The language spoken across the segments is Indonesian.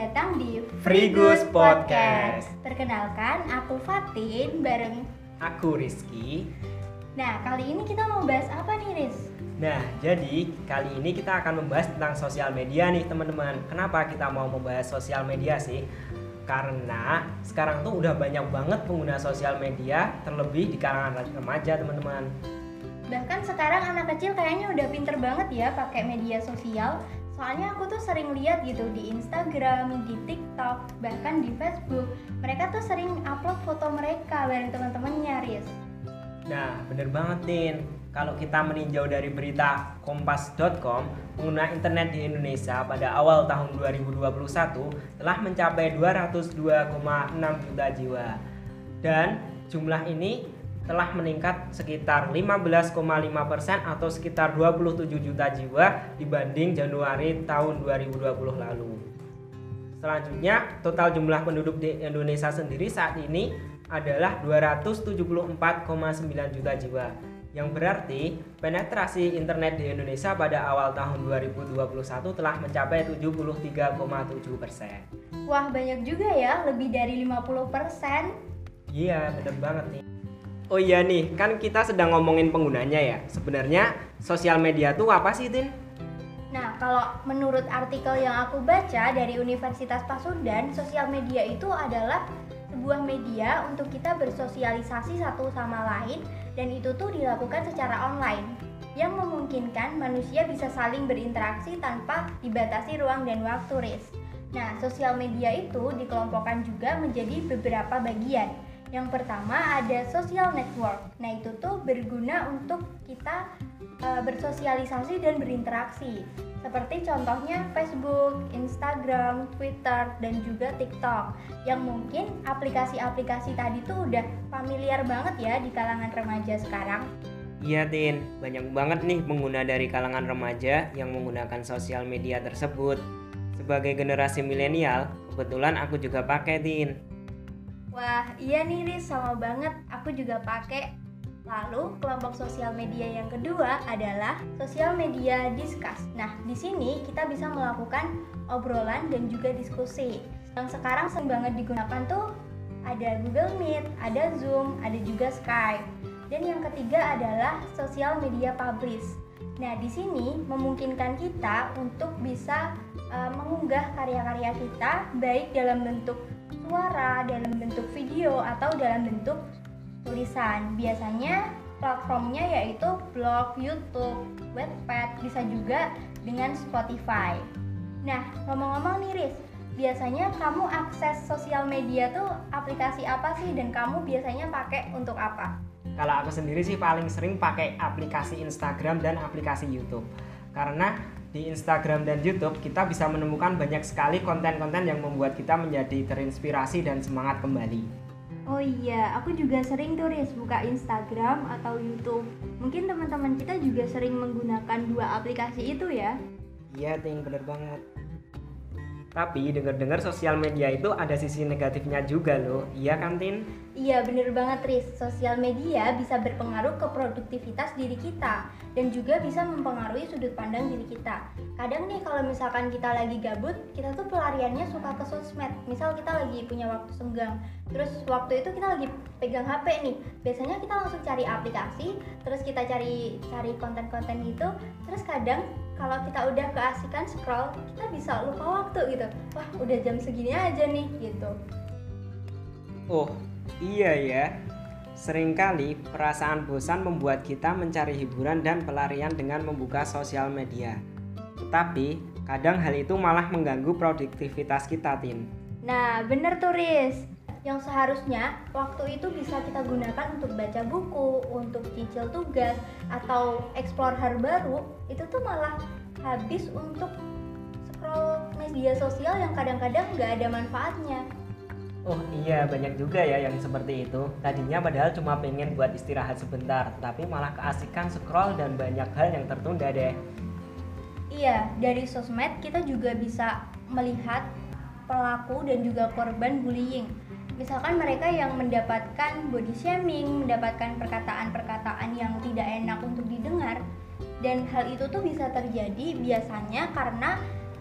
datang di Free Goose Podcast. Perkenalkan, aku Fatin bareng. Aku Rizky. Nah, kali ini kita mau bahas apa nih, Riz? Nah, jadi kali ini kita akan membahas tentang sosial media nih teman-teman. Kenapa kita mau membahas sosial media sih? Karena sekarang tuh udah banyak banget pengguna sosial media, terlebih di kalangan remaja teman-teman. Bahkan sekarang anak kecil kayaknya udah pinter banget ya pakai media sosial. Soalnya aku tuh sering lihat gitu di Instagram, di TikTok, bahkan di Facebook. Mereka tuh sering upload foto mereka bareng teman-temannya, Riz. Nah, bener banget Tin. Kalau kita meninjau dari berita kompas.com, pengguna internet di Indonesia pada awal tahun 2021 telah mencapai 202,6 juta jiwa. Dan jumlah ini telah meningkat sekitar 15,5% atau sekitar 27 juta jiwa dibanding Januari tahun 2020 lalu. Selanjutnya, total jumlah penduduk di Indonesia sendiri saat ini adalah 274,9 juta jiwa, yang berarti penetrasi internet di Indonesia pada awal tahun 2021 telah mencapai 73,7%. Wah, banyak juga ya, lebih dari 50%. Iya, bener banget nih. Oh iya nih, kan kita sedang ngomongin penggunanya ya. Sebenarnya sosial media tuh apa sih, Tin? Nah, kalau menurut artikel yang aku baca dari Universitas Pasundan, sosial media itu adalah sebuah media untuk kita bersosialisasi satu sama lain, dan itu tuh dilakukan secara online yang memungkinkan manusia bisa saling berinteraksi tanpa dibatasi ruang dan waktu, Riz. Nah, sosial media itu dikelompokkan juga menjadi beberapa bagian. Yang pertama ada social network. Nah, itu tuh berguna untuk kita bersosialisasi dan berinteraksi. Seperti contohnya Facebook, Instagram, Twitter, dan juga TikTok. Yang mungkin aplikasi-aplikasi tadi tuh udah familiar banget ya di kalangan remaja sekarang. Iya Tin, banyak banget nih pengguna dari kalangan remaja yang menggunakan sosial media tersebut. Sebagai generasi milenial, kebetulan aku juga pakai Tin. Wah, iya nih Riz, sama banget. Aku juga pakai. Lalu, kelompok sosial media yang kedua adalah sosial media discuss. Nah, di sini kita bisa melakukan obrolan dan juga diskusi. Yang sekarang sering banget digunakan tuh ada Google Meet, ada Zoom, ada juga Skype. Dan yang ketiga adalah sosial media publish. Nah, di sini memungkinkan kita untuk bisa mengunggah karya-karya kita baik dalam bentuk suara, dalam bentuk video, atau dalam bentuk tulisan. Biasanya platformnya yaitu blog, YouTube, Wattpad, bisa juga dengan Spotify. Nah, ngomong-ngomong nih Riz, biasanya kamu akses sosial media tuh aplikasi apa sih, dan kamu biasanya pakai untuk apa? Kalau aku sendiri sih paling sering pakai aplikasi Instagram dan aplikasi YouTube. Karena di Instagram dan YouTube kita bisa menemukan banyak sekali konten-konten yang membuat kita menjadi terinspirasi dan semangat kembali. Oh iya, aku juga sering tuh Riz buka Instagram atau YouTube. Mungkin teman-teman kita juga sering menggunakan dua aplikasi itu ya? Iya Ting, bener banget. Tapi dengar-dengar sosial media itu ada sisi negatifnya juga loh, iya kan Tin? Iya bener banget Riz, sosial media bisa berpengaruh ke produktivitas diri kita dan juga bisa mempengaruhi sudut pandang diri kita. Kadang nih kalau misalkan kita lagi gabut, kita tuh pelariannya suka ke sosmed. Misal kita lagi punya waktu senggang, terus waktu itu kita lagi pegang HP nih, biasanya kita langsung cari aplikasi, terus kita cari konten-konten gitu. Terus kadang kalau kita udah keasikan scroll, kita bisa lupa waktu gitu. Wah, udah jam segini aja nih gitu. Oh, iya ya. Seringkali perasaan bosan membuat kita mencari hiburan dan pelarian dengan membuka sosial media. Tetapi, kadang hal itu malah mengganggu produktivitas kita, Tin. Nah, bener tuh Riz. Yang seharusnya waktu itu bisa kita gunakan untuk baca buku, untuk cicil tugas, atau explore hal baru, itu tuh malah habis untuk scroll media sosial yang kadang-kadang nggak ada manfaatnya. Oh iya, banyak juga ya yang seperti itu. Tadinya padahal cuma pengen buat istirahat sebentar, tapi malah keasikan scroll dan banyak hal yang tertunda deh. Iya, dari sosmed kita juga bisa melihat pelaku dan juga korban bullying. Misalkan mereka yang mendapatkan body shaming, mendapatkan perkataan-perkataan yang tidak enak untuk didengar. Dan hal itu tuh bisa terjadi biasanya karena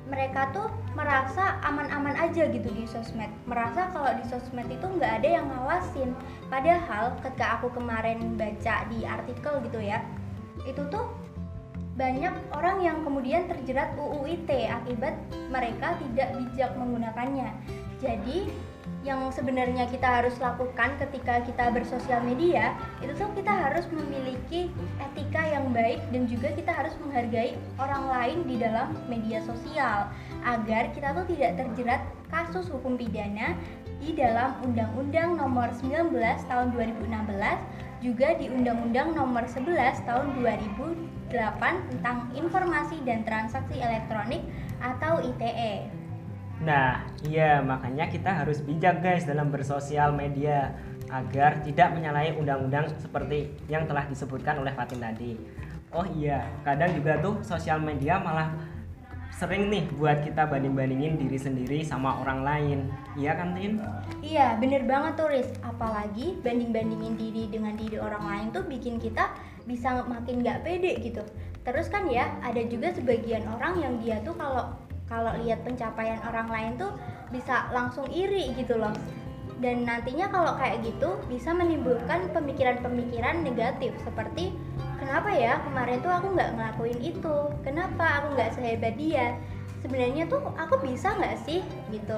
mereka tuh merasa aman-aman aja gitu di sosmed, merasa kalau di sosmed itu nggak ada yang ngawasin. Padahal ketika aku kemarin baca di artikel gitu ya, itu tuh banyak orang yang kemudian terjerat UU ITE akibat mereka tidak bijak menggunakannya. Jadi yang sebenarnya kita harus lakukan ketika kita bersosial media itu tuh kita harus memiliki etika yang baik dan juga kita harus menghargai orang lain di dalam media sosial agar kita tuh tidak terjerat kasus hukum pidana di dalam Undang-Undang Nomor 19 Tahun 2016, juga di Undang-Undang Nomor 11 Tahun 2008 tentang Informasi dan Transaksi Elektronik atau ITE. Nah, iya makanya kita harus bijak guys dalam bersosial media agar tidak menyalahi undang-undang seperti yang telah disebutkan oleh Fatin tadi. Oh iya, kadang juga tuh sosial media malah sering nih buat kita banding-bandingin diri sendiri sama orang lain. Iya kan, Tin? Iya, bener banget tuh Riz. Apalagi banding-bandingin diri dengan diri orang lain tuh bikin kita bisa makin gak pede gitu. Terus kan ya, ada juga sebagian orang yang dia tuh kalau lihat pencapaian orang lain tuh bisa langsung iri gitu loh. Dan nantinya kalau kayak gitu bisa menimbulkan pemikiran-pemikiran negatif seperti kenapa ya kemarin tuh aku nggak ngelakuin itu, kenapa aku nggak sehebat dia, sebenarnya tuh aku bisa nggak sih gitu.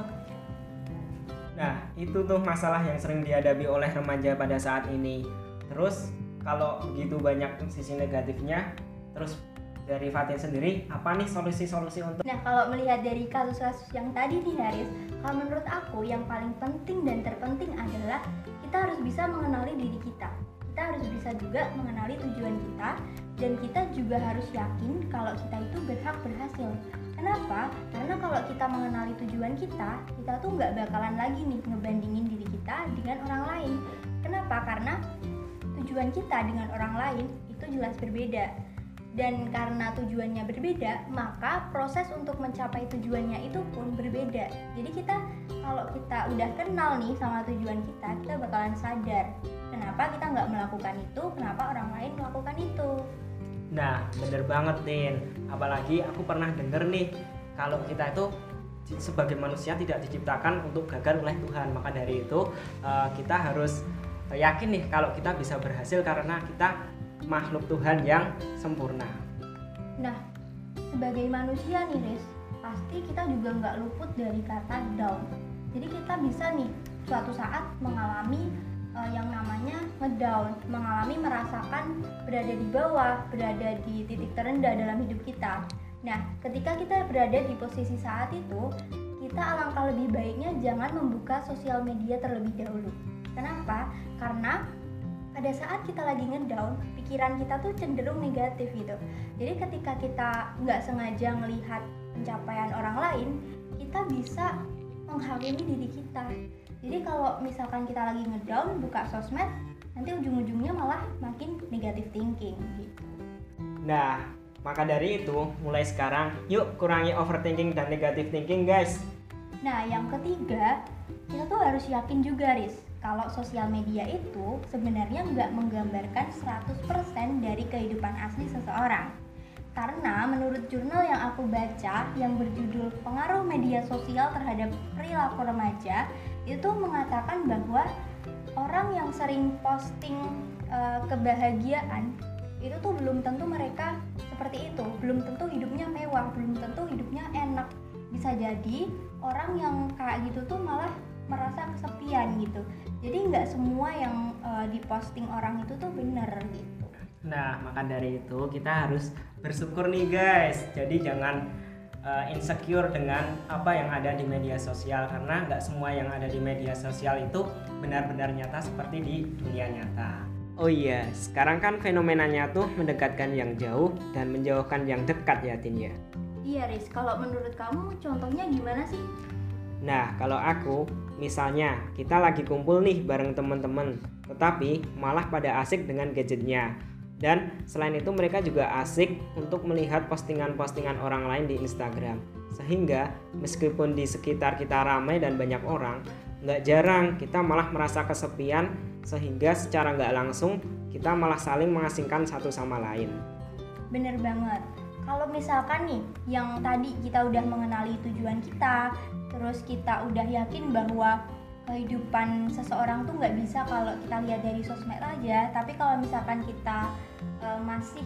Nah, itu tuh masalah yang sering dihadapi oleh remaja pada saat ini. Terus kalau begitu banyak sisi negatifnya, terus dari Fatin sendiri, apa nih solusi-solusi untuk... Nah, kalau melihat dari kasus-kasus yang tadi nih Haris, kalau menurut aku yang paling penting dan terpenting adalah kita harus bisa mengenali diri kita. Kita harus bisa juga mengenali tujuan kita, dan kita juga harus yakin kalau kita itu berhak berhasil. Kenapa? Karena kalau kita mengenali tujuan kita tuh nggak bakalan lagi nih ngebandingin diri kita dengan orang lain. Kenapa? Karena tujuan kita dengan orang lain itu jelas berbeda. Dan karena tujuannya berbeda, maka proses untuk mencapai tujuannya itu pun berbeda. Jadi kalau kita udah kenal nih sama tujuan kita bakalan sadar kenapa kita nggak melakukan itu, kenapa orang lain melakukan itu. Nah, bener banget Tin. Apalagi aku pernah denger nih, kalau kita itu sebagai manusia tidak diciptakan untuk gagal oleh Tuhan. Maka dari itu kita harus yakin nih kalau kita bisa berhasil karena kita makhluk Tuhan yang sempurna. Nah, sebagai manusia nih Riz, pasti kita juga nggak luput dari kata down. Jadi kita bisa nih suatu saat mengalami yang namanya ngedown, mengalami merasakan berada di bawah, berada di titik terendah dalam hidup kita. Nah, ketika kita berada di posisi saat itu, kita alangkah lebih baiknya jangan membuka sosial media terlebih dahulu. Kenapa? Karena pada saat kita lagi ngedown, pikiran kita tuh cenderung negatif gitu. Jadi ketika kita nggak sengaja melihat pencapaian orang lain, kita bisa menghakimi diri kita. Jadi kalau misalkan kita lagi ngedown, buka sosmed, nanti ujung-ujungnya malah makin negative thinking gitu. Nah, maka dari itu, mulai sekarang, yuk kurangi overthinking dan negative thinking guys. Nah, yang ketiga, kita tuh harus yakin juga Riz, kalau sosial media itu sebenarnya nggak menggambarkan 100% dari kehidupan asli seseorang. Karena menurut jurnal yang aku baca yang berjudul Pengaruh Media Sosial Terhadap Perilaku Remaja, itu mengatakan bahwa orang yang sering posting kebahagiaan itu tuh belum tentu mereka seperti itu, belum tentu hidupnya mewah, belum tentu hidupnya enak. Bisa jadi orang yang kayak gitu tuh malah merasa kesepian gitu. Jadi nggak semua yang diposting orang itu tuh bener gitu. Nah, maka dari itu kita harus bersyukur nih guys. Jadi jangan insecure dengan apa yang ada di media sosial, karena nggak semua yang ada di media sosial itu benar-benar nyata seperti di dunia nyata. Oh iya, sekarang kan fenomenanya tuh mendekatkan yang jauh dan menjauhkan yang dekat ya Tin ya. Iya Riz, kalau menurut kamu contohnya gimana sih? Nah, kalau aku, misalnya kita lagi kumpul nih bareng teman-teman, tetapi malah pada asik dengan gadgetnya. Dan selain itu mereka juga asik untuk melihat postingan-postingan orang lain di Instagram. Sehingga meskipun di sekitar kita ramai dan banyak orang, nggak jarang kita malah merasa kesepian, sehingga secara nggak langsung kita malah saling mengasingkan satu sama lain. Bener banget. kalau misalkan nih yang tadi kita udah mengenali tujuan kita, terus kita udah yakin bahwa kehidupan seseorang tuh nggak bisa kalau kita lihat dari sosmed aja. Tapi kalau misalkan kita masih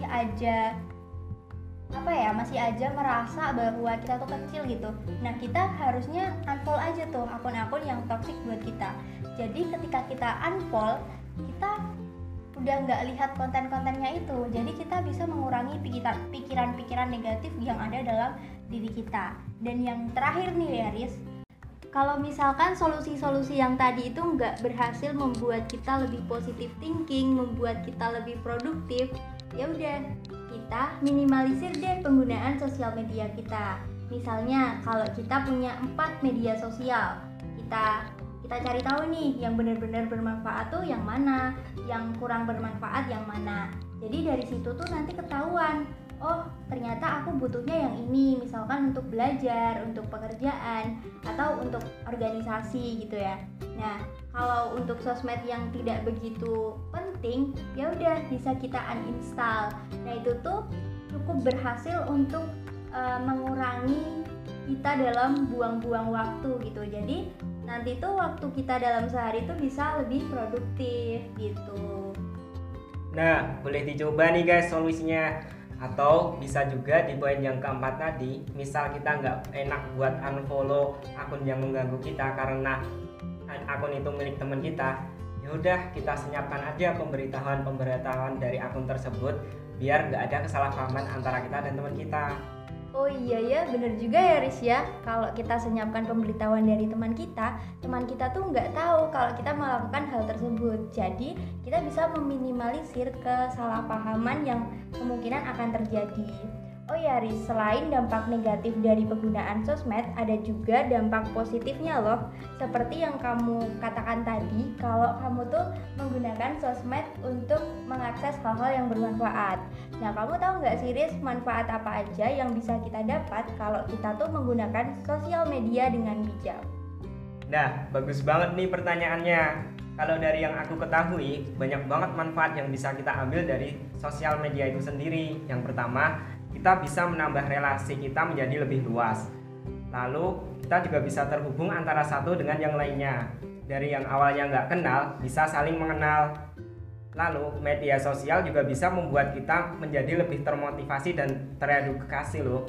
aja merasa bahwa kita tuh kecil gitu, nah kita harusnya unfollow aja tuh akun-akun yang toxic buat kita. Jadi ketika kita unfollow, kita udah nggak lihat konten-kontennya itu, jadi kita bisa mengurangi pikiran-pikiran negatif yang ada dalam diri kita. Dan yang terakhir nih ya Riz, kalau misalkan solusi-solusi yang tadi itu nggak berhasil membuat kita lebih positive thinking, membuat kita lebih produktif, ya udah kita minimalisir deh penggunaan sosial media kita. Misalnya kalau kita punya 4 media sosial, kita cari tahu nih yang benar-benar bermanfaat tuh yang mana, yang kurang bermanfaat yang mana. Jadi dari situ tuh nanti ketahuan, oh ternyata aku butuhnya yang ini, misalkan untuk belajar, untuk pekerjaan, atau untuk organisasi gitu ya. Nah kalau untuk sosmed yang tidak begitu penting, ya udah bisa kita uninstall. Nah itu tuh cukup berhasil untuk mengurangi kita dalam buang-buang waktu gitu. Jadi nanti tuh waktu kita dalam sehari tuh bisa lebih produktif gitu. Nah, boleh dicoba nih guys solusinya. Atau bisa juga di poin yang keempat tadi, misal kita nggak enak buat unfollow akun yang mengganggu kita karena akun itu milik teman kita, ya udah kita senyapkan aja pemberitahuan dari akun tersebut biar nggak ada kesalahpahaman antara kita dan teman kita. Oh iya ya, bener juga ya Riz ya. Kalau kita senyapkan pemberitahuan dari teman kita tuh nggak tahu kalau kita melakukan hal tersebut. Jadi kita bisa meminimalisir kesalahpahaman yang kemungkinan akan terjadi. Oh ya Riz, selain dampak negatif dari penggunaan sosmed, ada juga dampak positifnya loh. Seperti yang kamu katakan tadi, kalau kamu tuh menggunakan sosmed untuk mengakses hal-hal yang bermanfaat. Nah, kamu tahu nggak sih Riz, manfaat apa aja yang bisa kita dapat kalau kita tuh menggunakan sosial media dengan bijak? Nah, bagus banget nih pertanyaannya. Kalau dari yang aku ketahui, banyak banget manfaat yang bisa kita ambil dari sosial media itu sendiri. Yang pertama, kita bisa menambah relasi kita menjadi lebih luas. Lalu kita juga bisa terhubung antara satu dengan yang lainnya. Dari yang awalnya nggak kenal, bisa saling mengenal. Lalu media sosial juga bisa membuat kita menjadi lebih termotivasi dan teredukasi loh.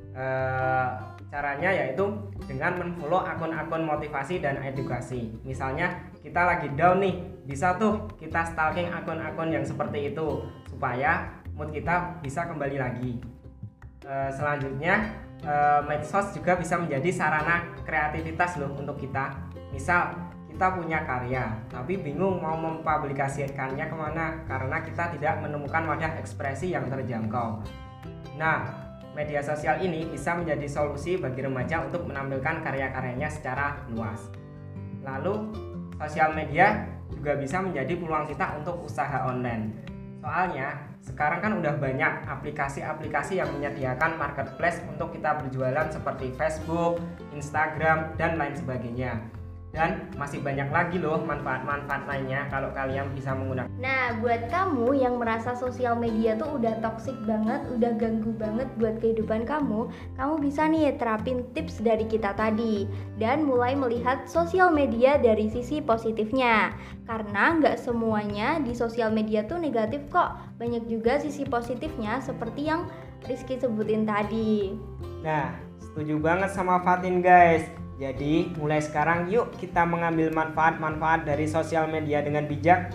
Caranya yaitu dengan menfollow akun-akun motivasi dan edukasi. Misalnya kita lagi down nih, bisa tuh kita stalking akun-akun yang seperti itu supaya mood kita bisa kembali lagi. Selanjutnya medsos juga bisa menjadi sarana kreativitas loh untuk kita. Misal kita punya karya tapi bingung mau mempublikasikannya kemana karena kita tidak menemukan wadah ekspresi yang terjangkau. Nah, media sosial ini bisa menjadi solusi bagi remaja untuk menampilkan karya-karyanya secara luas. Lalu sosial media juga bisa menjadi peluang kita untuk usaha online. Soalnya sekarang kan udah banyak aplikasi-aplikasi yang menyediakan marketplace untuk kita berjualan seperti Facebook, Instagram, dan lain sebagainya. Dan masih banyak lagi loh manfaat-manfaat lainnya kalau kalian bisa menggunakan. Nah, buat kamu yang merasa sosial media tuh udah toksik banget, udah ganggu banget buat kehidupan kamu bisa nih terapin tips dari kita tadi dan mulai melihat sosial media dari sisi positifnya. Karena nggak semuanya di sosial media tuh negatif kok, banyak juga sisi positifnya seperti yang Rizky sebutin tadi. Nah, setuju banget sama Fatin guys. Jadi mulai sekarang yuk kita mengambil manfaat-manfaat dari sosial media dengan bijak.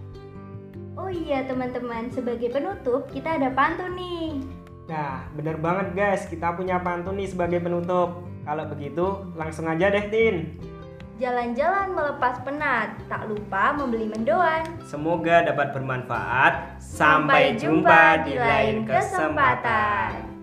Oh iya teman-teman, sebagai penutup kita ada pantun nih. Nah bener banget guys, kita punya pantun nih sebagai penutup. Kalau begitu langsung aja deh Tin. Jalan-jalan melepas penat, tak lupa membeli mendoan. Semoga dapat bermanfaat. Sampai jumpa di lain kesempatan.